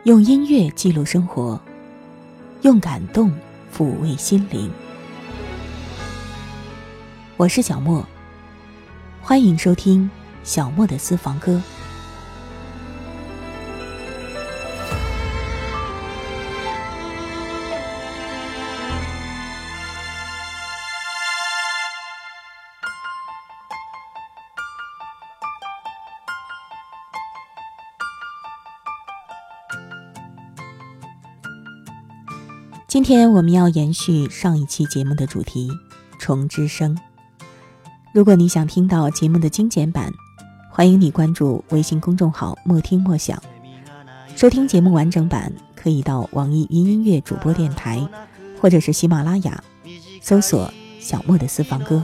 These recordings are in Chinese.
用音乐记录生活，用感动抚慰心灵。我是小莫，欢迎收听小莫的私房歌。今天我们要延续上一期节目的主题虫之声。如果你想听到节目的精简版，欢迎你关注微信公众号莫听莫想。收听节目完整版可以到网易云音乐主播电台或者是喜马拉雅搜索小莫的私房歌。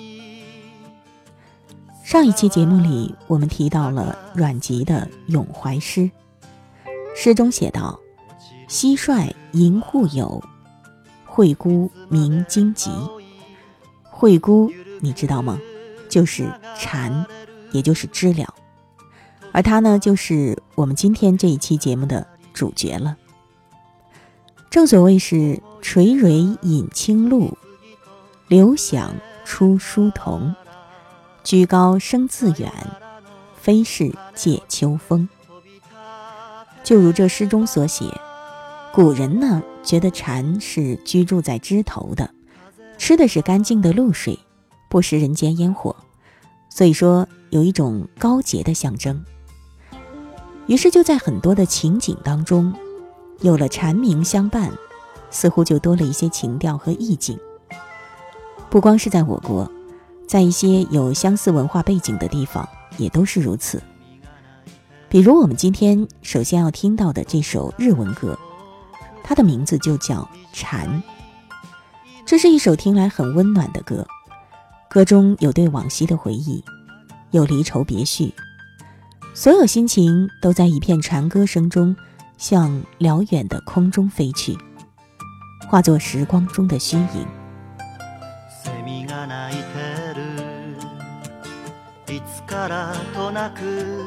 上一期节目里我们提到了阮籍的咏怀诗，诗中写道：蟋蟀迎户友，惠姑鸣荆棘。惠姑你知道吗？就是蝉，也就是知了。而它呢，就是我们今天这一期节目的主角了。正所谓是垂緌饮清露，流响出书童。居高声自远，非是借秋风。就如这诗中所写，古人呢觉得蝉是居住在枝头的，吃的是干净的露水，不食人间烟火，所以说有一种高洁的象征。于是就在很多的情景当中，有了蝉鸣相伴，似乎就多了一些情调和意境。不光是在我国，在一些有相似文化背景的地方也都是如此。比如我们今天首先要听到的这首日文歌，它的名字就叫蝉。这是一首听来很温暖的歌，歌中有对往昔的回忆，有离愁别绪，所有心情都在一片蝉歌声中向辽远的空中飞去，化作时光中的虚影。いつからとなく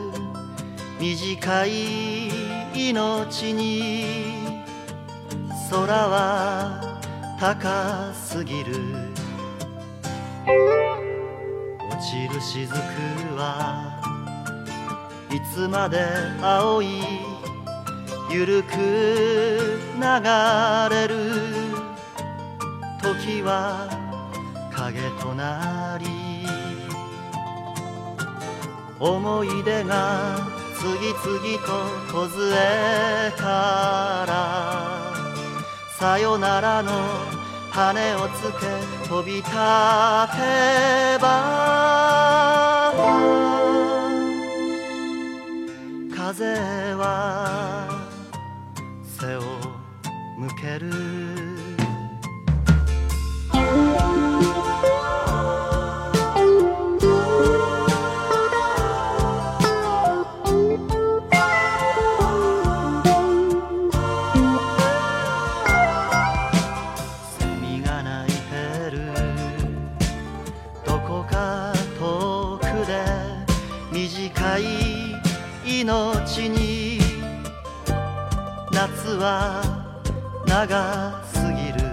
短い命に空は高すぎる落ちる雫はいつまで青いゆるく流れる時は影となり思い出が次々と梢からさよならの羽をつけ飛び立てば風は背を向ける命に夏は長すぎる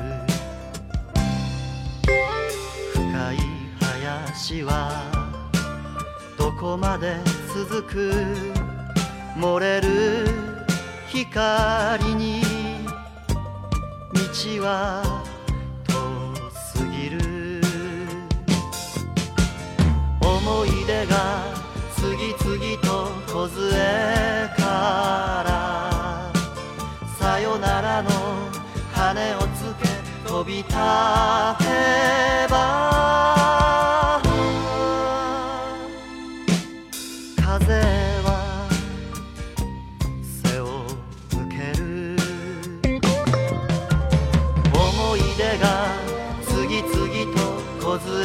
深い林はどこまで続く漏れる光に道は遠すぎる思い出が次々と梢からさよならの羽をつけ飛び立てば風は背を向ける思い出が次々と梢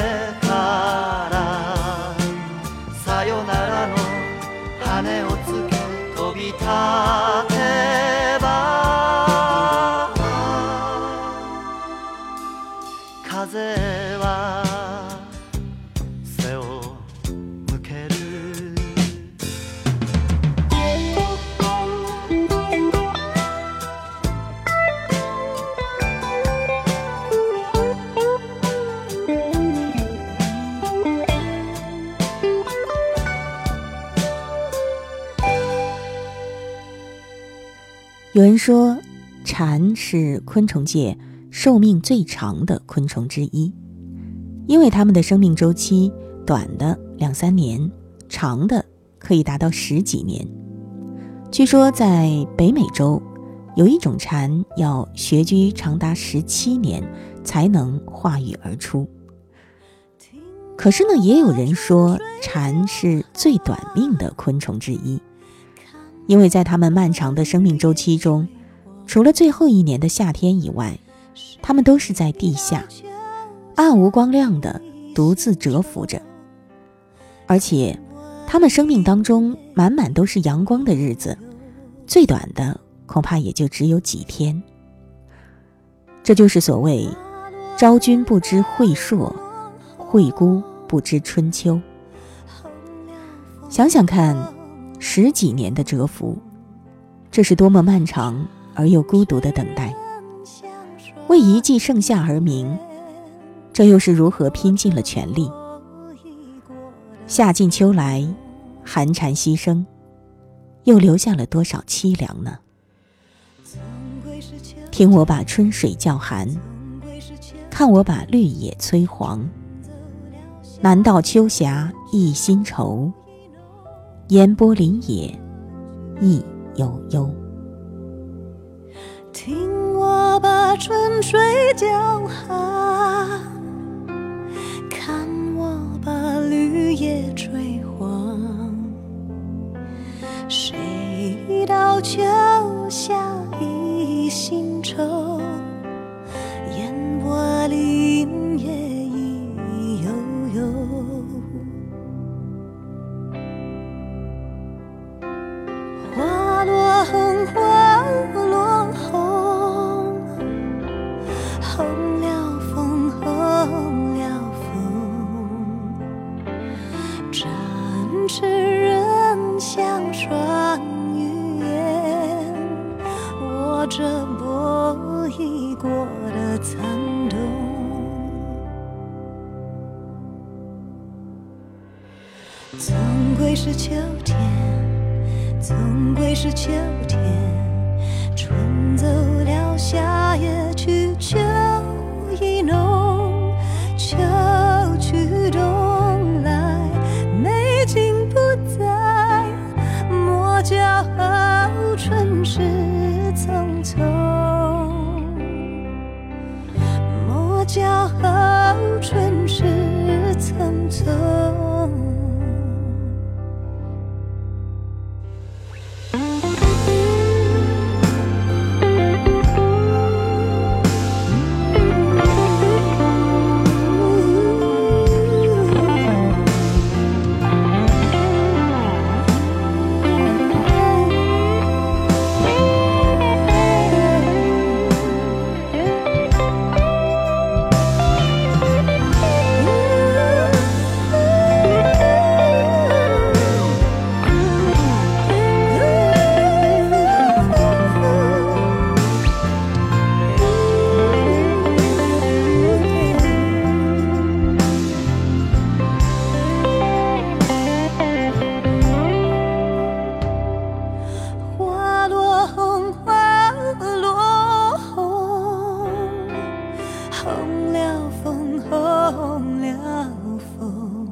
からさよならの羽をつけ飛び立てば風は背を向ける有人说，蝉是昆虫界寿命最长的昆虫之一，因为它们的生命周期短的2-3年，长的可以达到10几年。据说在北美洲，有一种蝉要穴居长达17年才能化羽而出。可是呢，也有人说蝉是最短命的昆虫之一，因为在它们漫长的生命周期中，除了最后1年的夏天以外，它们都是在地下暗无光亮的独自蛰伏着，而且它们生命当中满满都是阳光的日子，最短的恐怕也就只有几天。这就是所谓昭君不知晦朔，惠姑不知春秋。想想看，10几年的蛰伏，这是多么漫长而又孤独的等待。为一季盛夏而鸣，这又是如何拼尽了全力。夏尽秋来，寒蝉息声，又留下了多少凄凉呢？听我把春水叫寒，看我把绿野催黄。难道秋霞一心愁，烟波林野意悠悠。 听我把春水叫寒，看我把绿叶吹黄。谁道秋霞一心愁，烟波林野意悠悠。花落红，花落红，红了风，红了风。展翅人像双鱼眼，握着波已过的残冬。总归是秋天，总归是秋天，春走了，夏也去，秋意浓，秋去冬来，美景不在，莫叫春事匆匆，莫叫春事匆匆。红了风，红了风，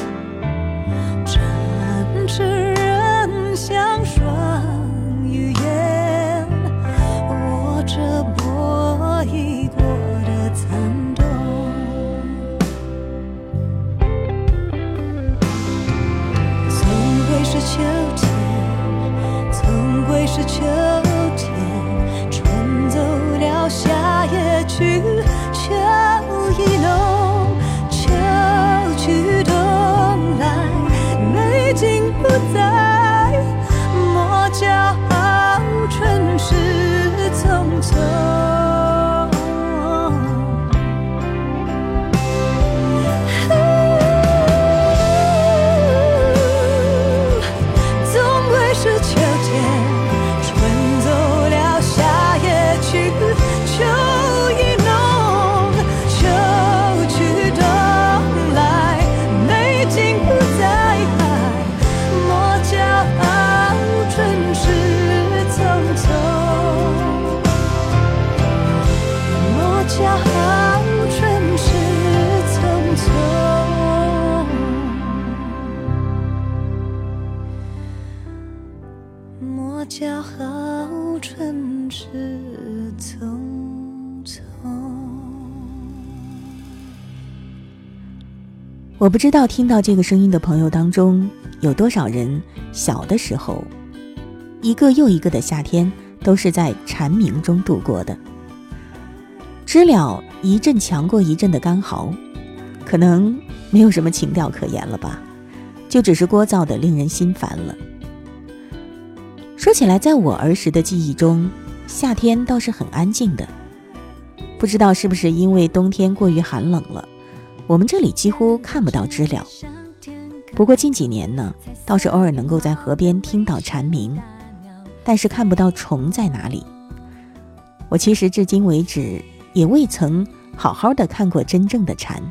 展翅人像双鱼眼，握着波已过的残冬。总归是秋天，总归是秋天，春走了，夏也去，秋意浓，秋去冬来，美景不在，莫叫春事匆匆。总归是秋天，春走了，夏也去，秋意浓，秋去冬来，美景不在，莫叫春事匆匆。 叫好春之匆匆。 我不知道听到这个声音的朋友当中，有多少人小的时候，一个又一个的夏天都是在蝉鸣中度过的。知了一阵强过一阵的干嚎，可能没有什么情调可言了吧，就只是聒噪的令人心烦了。说起来，在我儿时的记忆中，夏天倒是很安静的，不知道是不是因为冬天过于寒冷了，我们这里几乎看不到知了。不过近几年呢，倒是偶尔能够在河边听到蝉鸣，但是看不到虫在哪里。我其实至今为止也未曾好好的看过真正的蝉。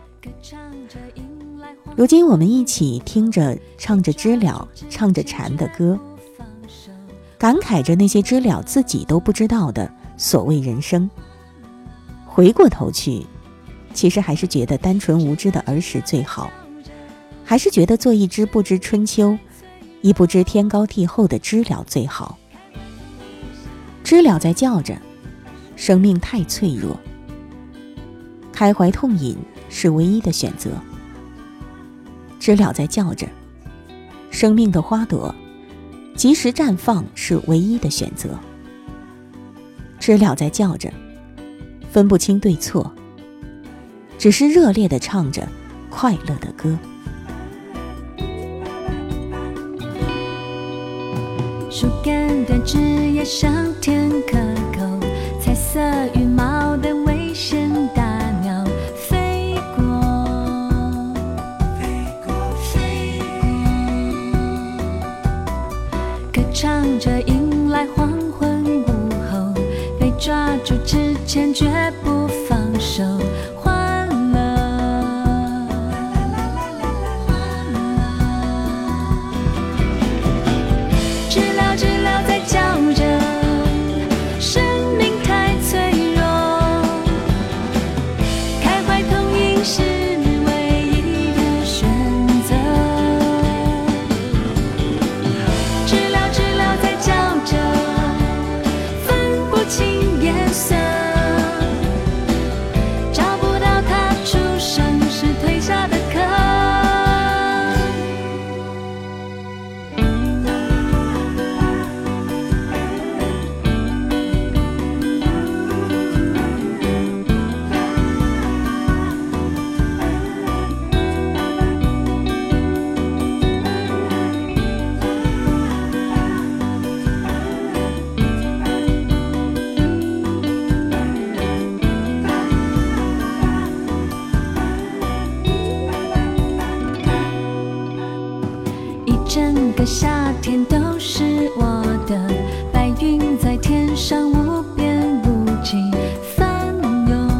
如今我们一起听着唱着知了唱着蝉的歌，感慨着那些知了自己都不知道的所谓人生。回过头去，其实还是觉得单纯无知的儿时最好，还是觉得做一只不知春秋亦不知天高地厚的知了最好。知了在叫着，生命太脆弱，开怀痛饮是唯一的选择。知了在叫着，生命的花朵及时绽放是唯一的选择。知了在叫着，分不清对错，只是热烈地唱着快乐的歌。 树干端枝叶上天可口，彩色羽毛的危险大鸟飞过，歌唱着迎来黄昏午后，被抓住之前绝不放手。整个夏天都是我的，白云在天上无边无际翻涌，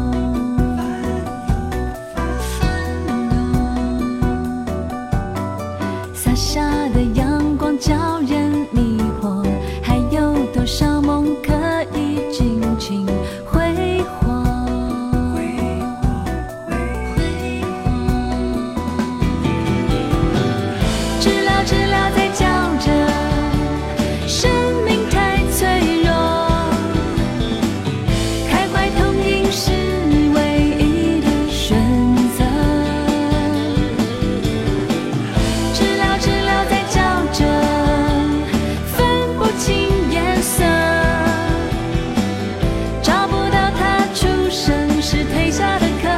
洒下的阳光叫人迷惑，还有多少梦可以尽情挥霍。知了在叫着，生命太脆弱，开怀痛饮是唯一的选择。知了在叫着，分不清颜色，找不到它出生时褪下的壳。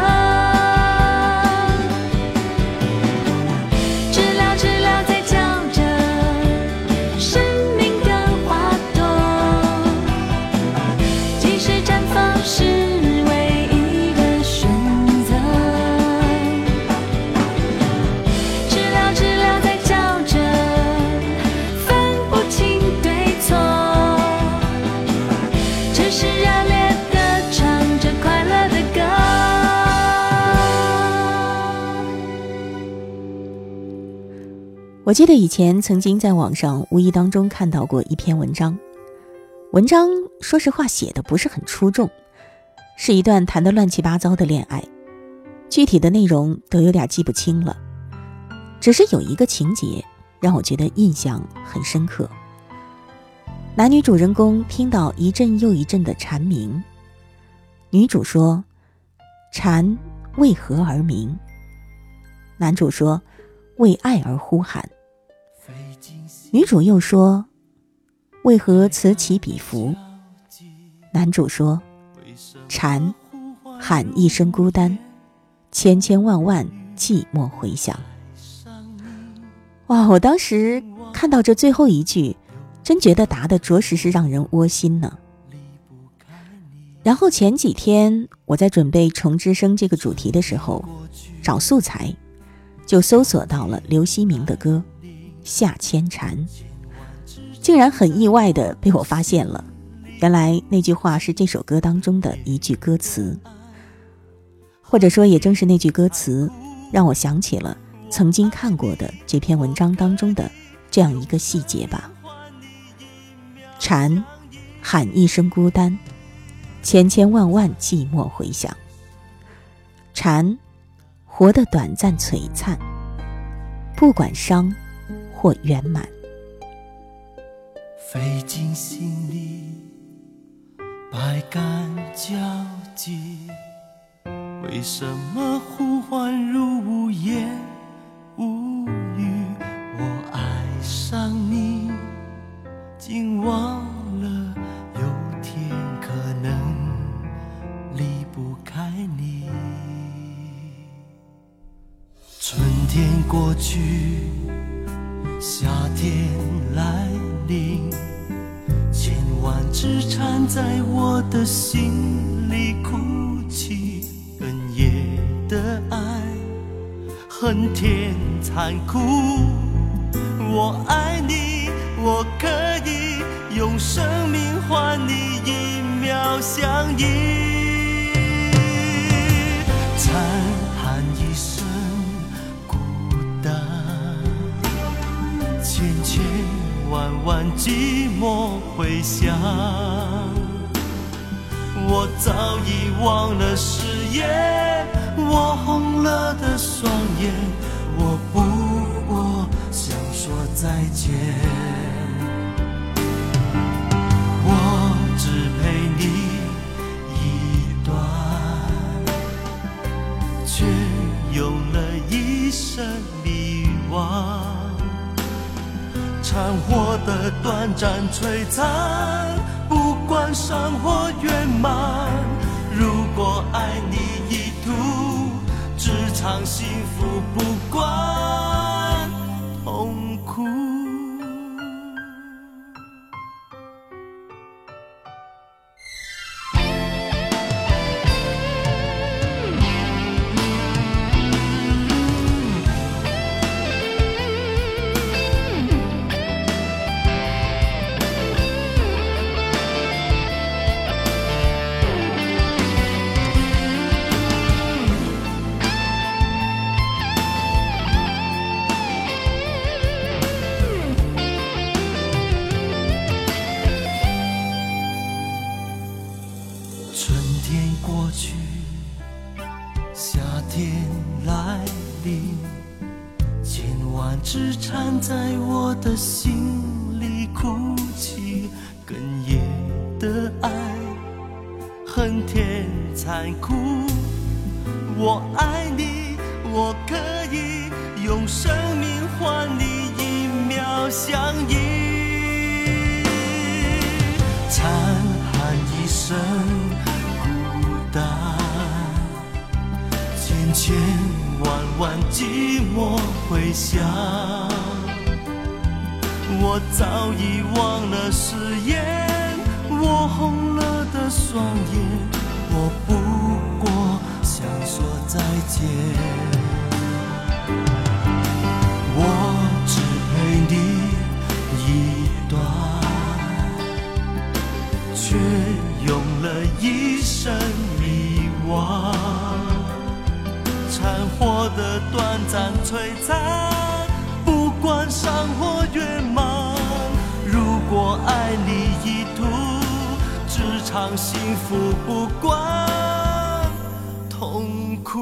我记得以前曾经在网上无意当中看到过一篇文章，说实话写的不是很出众，是一段谈得乱七八糟的恋爱，具体的内容都有点记不清了，只是有一个情节让我觉得印象很深刻。 男女主人公听到一阵又一阵的蝉鸣，女主说：“蝉为何而鸣？”男主说：“为爱而呼喊。”女主又说：“为何此起彼伏？”男主说：“蝉喊一声孤单，千千万万寂寞回响。”哇，我当时看到这最后一句，真觉得答得着实是让人窝心呢。然后前几天我在准备虫之声这个主题的时候，找素材就搜索到了刘锡明的歌《夏千蝉》，竟然很意外的被我发现了，原来那句话是这首歌当中的一句歌词，或者说也正是那句歌词让我想起了曾经看过的这篇文章当中的这样一个细节吧。蝉喊一声孤单，千千万万寂寞回响。蝉活得短暂璀璨，不管伤或圆满。 费尽心力，百感交集，为什么呼唤如无言无语？我爱上你，竟忘了有天可能离不开你。春天过去，夏天来临，千万只蝉在我的心里哭泣，哽咽的爱恨甜残酷。我爱你，我可以用生命换你一秒相依。蝉喊一声孤单，千千万万寂寞回响。我早已忘了誓言，我红了的双眼，我不过想说再见。我只陪你一段，却用了一生迷惘。掺和的短暂璀璨，不管伤或圆满。如果爱你一途，只唱幸福，不管痛苦。春天过去，夏天来临，千万只蝉在我的心里哭泣，哽咽的爱恨甜残酷。我爱你，我可以用生命换你一秒相依。蝉喊一声孤单，千千万万寂寞回响。我早已忘了誓言，我红了的双眼，我不过想说再见。我只陪你一段，却用了一生迷惘。掺和的短暂璀璨，不管伤或圆满。如果爱你一途，只唱幸福，不管痛苦。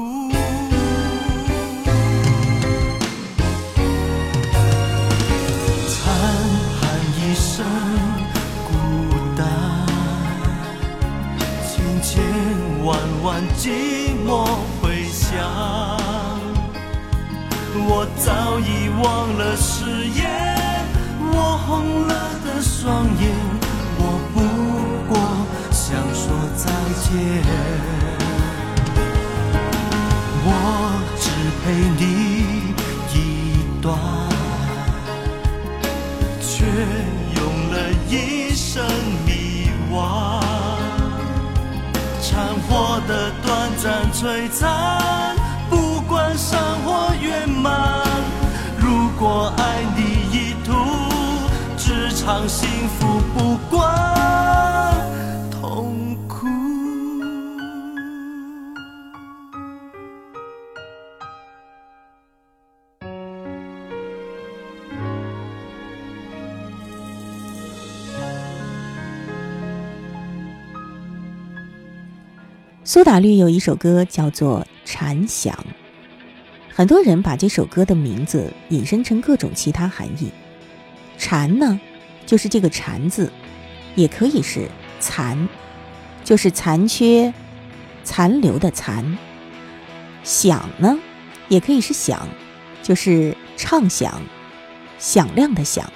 蝉喊一声孤段寂寞回响。我早已忘了誓言，我红了的双眼，我不过想说再见。我只陪你一段，却用了一生迷惘。掺和的短暂璀璨，不管伤或圆满。如果爱你一途，只唱幸福，不管痛苦。 苏打绿有一首歌叫做《蝉响》，很多人把这首歌的名字引申成各种其他含义。蝉呢，就是这个蝉字，也可以是残，就是残缺、残留的残。响呢，也可以是响，就是唱响、响亮的响。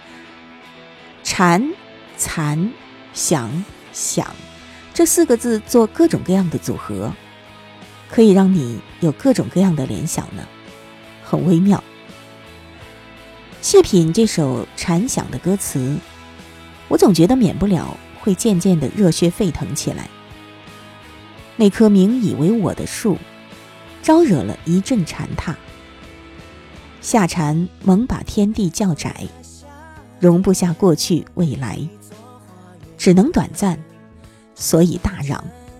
蝉、残、响、响，这4个字做各种各样的组合，可以让你有各种各样的联想呢，很微妙。细品这首《蝉响》的歌词，我总觉得免不了会渐渐的热血沸腾起来。那棵明以为我的树，招惹了一阵蝉踏。夏蝉猛把天地较窄，容不下过去未来，只能短暂，所以大嚷。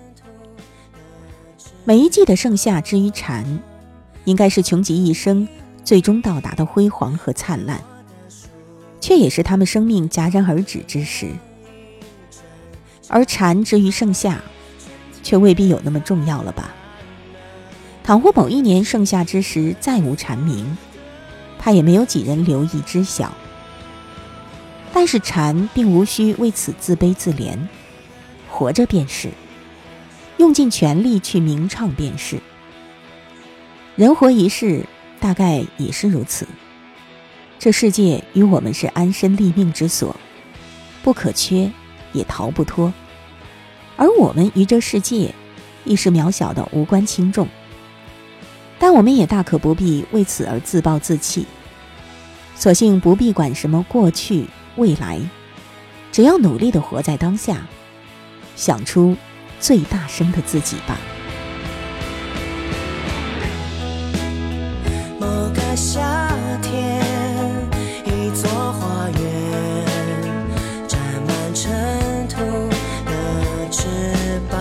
每一季的盛夏之于蝉，应该是穷极一生最终到达的辉煌和灿烂，却也是他们生命戛然而止之时。而蝉之于盛夏，却未必有那么重要了吧？倘或某一年盛夏之时再无蝉鸣，怕也没有几人留意知晓。但是蝉并无需为此自卑自怜，活着便是，用尽全力去鸣唱便是。人活一世，大概也是如此。这世界与我们是安身立命之所，不可缺，也逃不脱。而我们于这世界，亦是渺小的无关轻重。但我们也大可不必为此而自暴自弃，索性不必管什么过去未来，只要努力地活在当下，想出最大声的自己吧。 某个夏天，一座花园，沾满尘土的翅膀。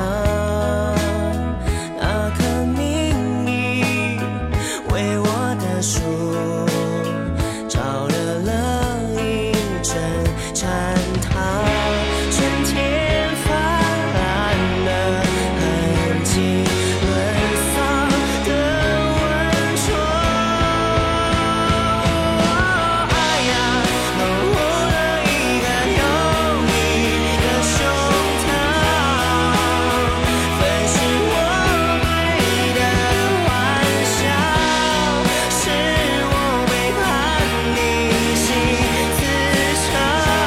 那棵明以为我的树，招惹了一阵蝉踏。春天泛滥的痕迹，沦丧的温床。爱呀，模糊了一个又一个胸膛，粉饰我对的幻想，是我背叛你心自伤。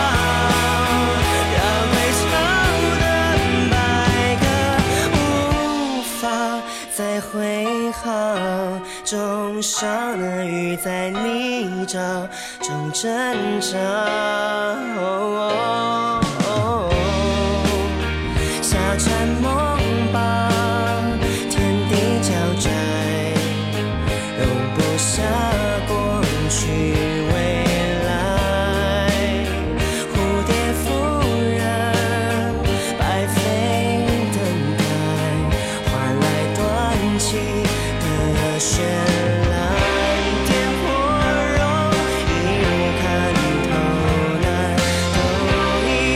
让归程的白鸽无法再回航，重伤的鱼在泥沼中挣扎。夏蝉梦吧，天地较窄，容不下过去未来。蝴蝶夫人白飞等待，换来断气的绚烂。颠簸容易看透难，都一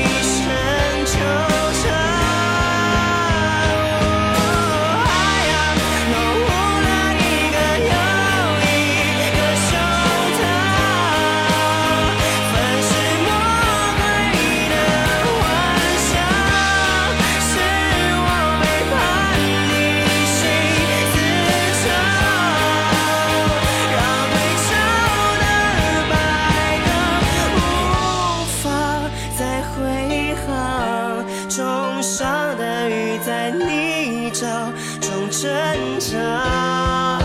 深长。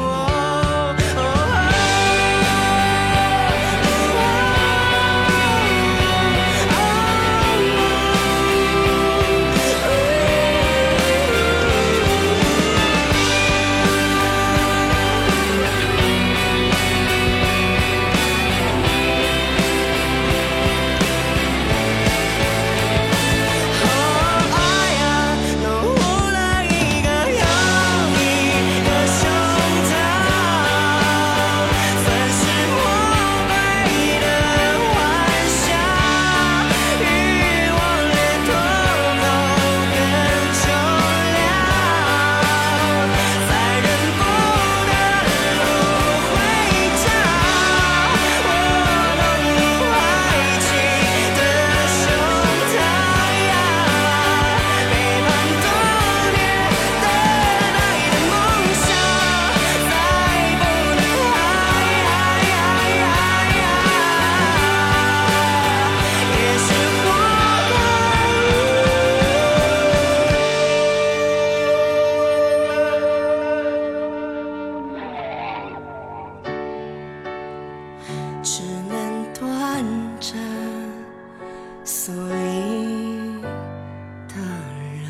只能端着所以的人。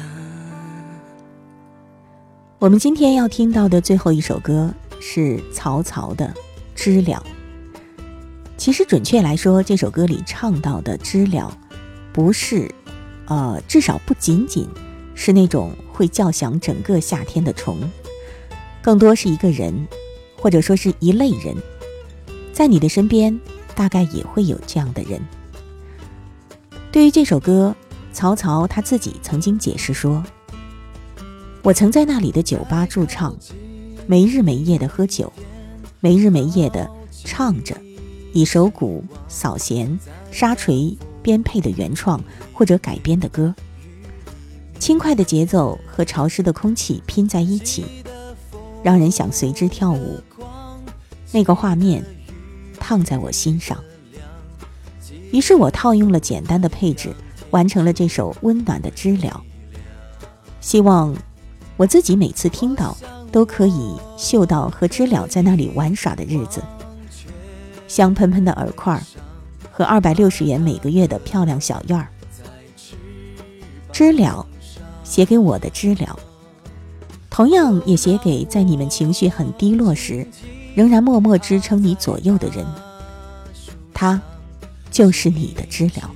我们今天要听到的最后一首歌是曹操的《知了》。其实准确来说，这首歌里唱到的知了不是至少不仅仅是那种会叫响整个夏天的虫，更多是一个人，或者说是一类人。在你的身边大概也会有这样的人。对于这首歌，曹操他自己曾经解释说，我曾在那里的酒吧驻唱，没日没夜的喝酒，没日没夜的唱着以手鼓、扫弦、沙锤编配的原创或者改编的歌，轻快的节奏和潮湿的空气拼在一起，让人想随之跳舞。那个画面烫在我心上，于是我套用了简单的配置，完成了这首温暖的知了。希望我自己每次听到都可以嗅到和知了在那里玩耍的日子，香喷喷的耳块和260元每个月的漂亮小院儿。知了，写给我的知了，同样也写给在你们情绪很低落时仍然默默支撑你左右的人，他就是你的知了。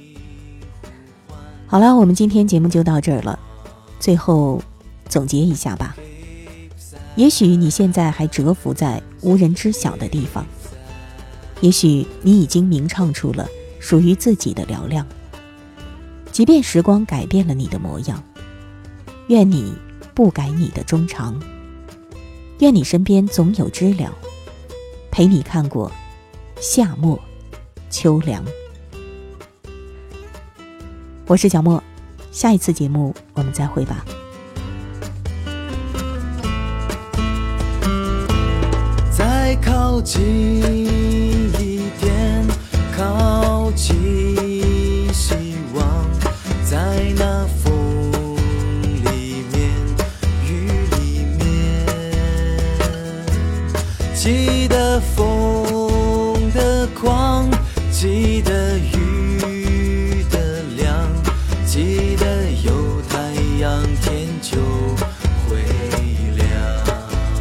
好了，我们今天节目就到这儿了。最后总结一下吧，也许你现在还蛰伏在无人知晓的地方，也许你已经鸣唱出了属于自己的嘹亮。即便时光改变了你的模样，愿你不改你的衷肠，愿你身边总有知了，陪你看过夏末秋凉。我是小莫，下一次节目我们再会吧。 再靠近一点，靠近希望，在那风里面雨里面，记得风的狂，记得雨的凉，记得有太阳天就会亮。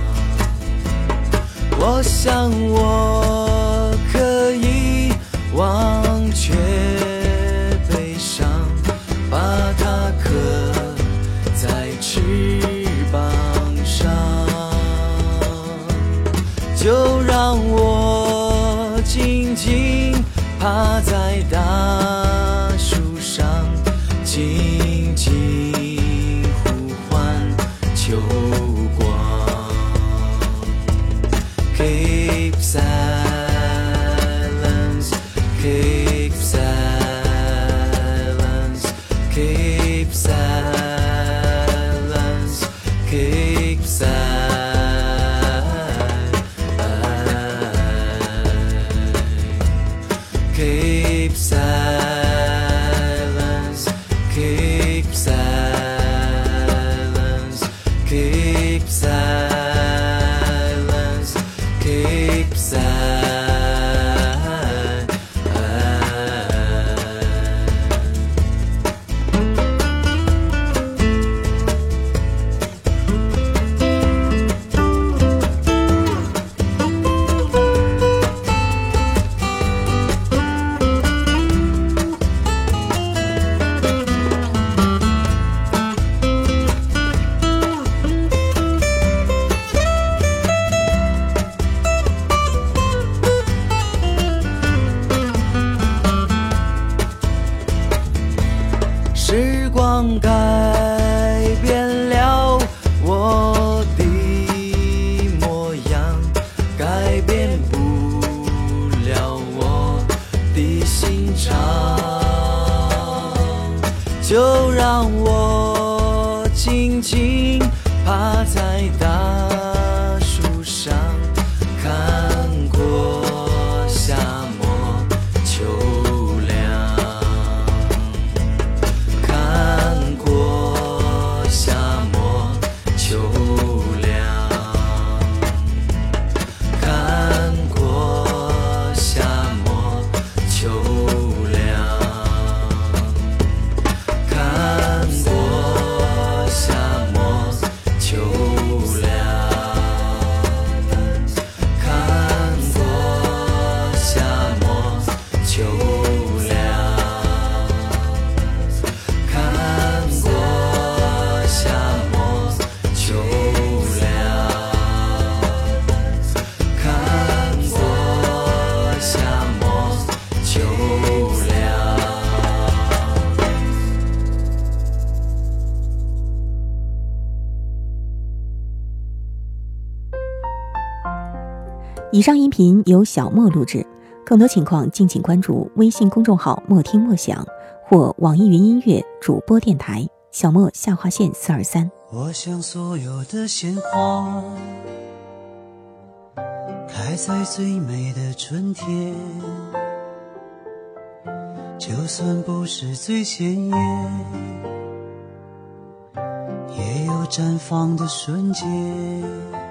我想我可以忘却悲伤，把它刻在翅膀上，就让我静静趴在大树上，静静呼唤秋光。Keep silence, keep silence, keep silence, keep silence, keep silence, keep silence, keep 就让我静静趴在大树上，看过夏末秋凉，看过夏末秋凉，看过夏末秋凉，看过夏末秋凉，看过夏末秋凉，看过夏末秋凉，看过夏末秋凉。 以上音频由小莫录制，更多情况敬请关注微信公众号莫听莫想或网易云音乐主播电台小莫下划线423。 我想所有的鲜花开在最美的春天，就算不是最鲜艳，也有绽放的瞬间。